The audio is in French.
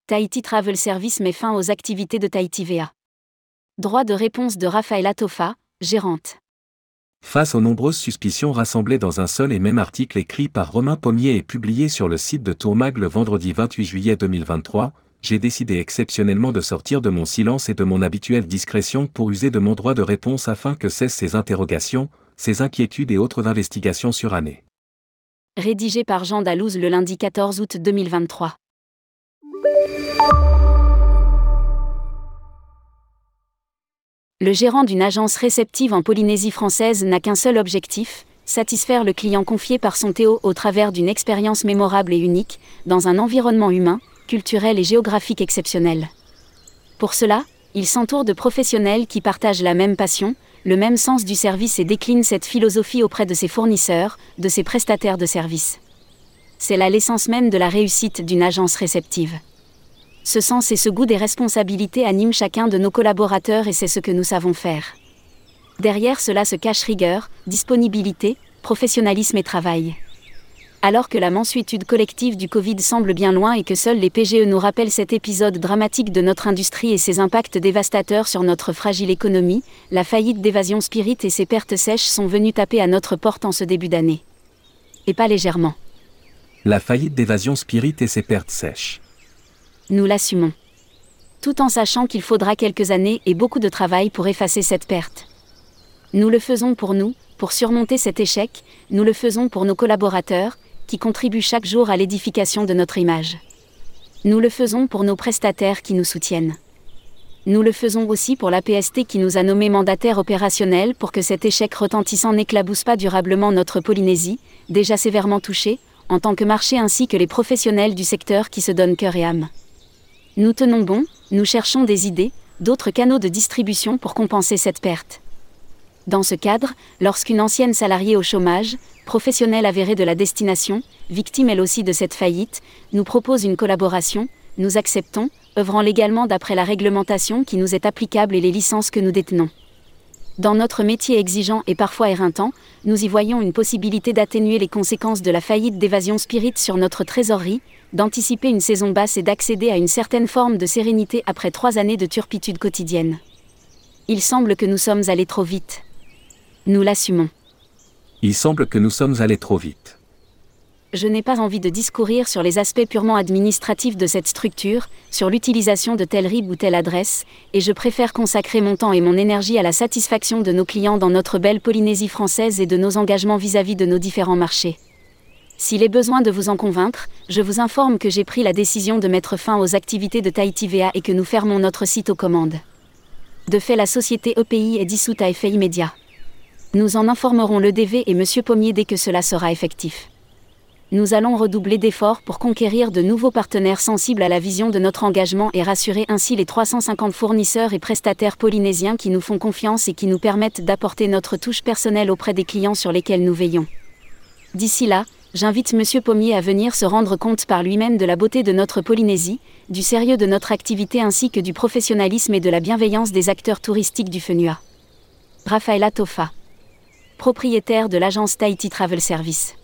Tahiti Travel Service met fin aux activités de Tahiti VA. Droit de réponse de Raphaëla Toffa, gérante. Face aux nombreuses suspicions rassemblées dans un seul et même article écrit par Romain Pommier et publié sur le site de Tourmag le vendredi 28 juillet 2023, j'ai décidé exceptionnellement de sortir de mon silence et de mon habituelle discrétion pour user de mon droit de réponse afin que cessent ces interrogations, ces inquiétudes et autres investigations surannées. Rédigé par Jean Dalouse le lundi 14 août 2023. Le gérant d'une agence réceptive en Polynésie française n'a qu'un seul objectif, satisfaire le client confié par son Théo au travers d'une expérience mémorable et unique, dans un environnement humain, culturel et géographique exceptionnel. Pour cela, il s'entoure de professionnels qui partagent la même passion, le même sens du service et déclinent cette philosophie auprès de ses fournisseurs, de ses prestataires de services. C'est là l'essence même de la réussite d'une agence réceptive. Ce sens et ce goût des responsabilités animent chacun de nos collaborateurs et c'est ce que nous savons faire. Derrière cela se cache rigueur, disponibilité, professionnalisme et travail. Alors que la mansuétude collective du Covid semble bien loin et que seuls les PGE nous rappellent cet épisode dramatique de notre industrie et ses impacts dévastateurs sur notre fragile économie, la faillite d'Evasion Spirit et ses pertes sèches sont venues taper à notre porte en ce début d'année. Et pas légèrement. La faillite d'Evasion Spirit et ses pertes sèches. Nous l'assumons. Tout en sachant qu'il faudra quelques années et beaucoup de travail pour effacer cette perte. Nous le faisons pour nous, pour surmonter cet échec, nous le faisons pour nos collaborateurs, qui contribuent chaque jour à l'édification de notre image. Nous le faisons pour nos prestataires qui nous soutiennent. Nous le faisons aussi pour l'APST qui nous a nommés mandataires opérationnels pour que cet échec retentissant n'éclabousse pas durablement notre Polynésie, déjà sévèrement touchée, en tant que marché ainsi que les professionnels du secteur qui se donnent cœur et âme. Nous tenons bon, nous cherchons des idées, d'autres canaux de distribution pour compenser cette perte. Dans ce cadre, lorsqu'une ancienne salariée au chômage, professionnelle avérée de la destination, victime elle aussi de cette faillite, nous propose une collaboration, nous acceptons, œuvrant légalement d'après la réglementation qui nous est applicable et les licences que nous détenons. Dans notre métier exigeant et parfois éreintant, nous y voyons une possibilité d'atténuer les conséquences de la faillite d'Evasion Spirit sur notre trésorerie, d'anticiper une saison basse et d'accéder à une certaine forme de sérénité après 3 années de turpitude quotidienne. Il semble que nous sommes allés trop vite. Nous l'assumons. Il semble que nous sommes allés trop vite. Je n'ai pas envie de discourir sur les aspects purement administratifs de cette structure, sur l'utilisation de telle RIB ou telle adresse, et je préfère consacrer mon temps et mon énergie à la satisfaction de nos clients dans notre belle Polynésie française et de nos engagements vis-à-vis de nos différents marchés. S'il est besoin de vous en convaincre, je vous informe que j'ai pris la décision de mettre fin aux activités de Tahiti VA et que nous fermons notre site aux commandes. De fait, la société EPI est dissoute à effet immédiat. Nous en informerons le DV et M. Pommier dès que cela sera effectif. Nous allons redoubler d'efforts pour conquérir de nouveaux partenaires sensibles à la vision de notre engagement et rassurer ainsi les 350 fournisseurs et prestataires polynésiens qui nous font confiance et qui nous permettent d'apporter notre touche personnelle auprès des clients sur lesquels nous veillons. D'ici là, j'invite M. Pommier à venir se rendre compte par lui-même de la beauté de notre Polynésie, du sérieux de notre activité ainsi que du professionnalisme et de la bienveillance des acteurs touristiques du FENUA. Raphaëla Toffa, propriétaire de l'agence Tahiti Travel Service.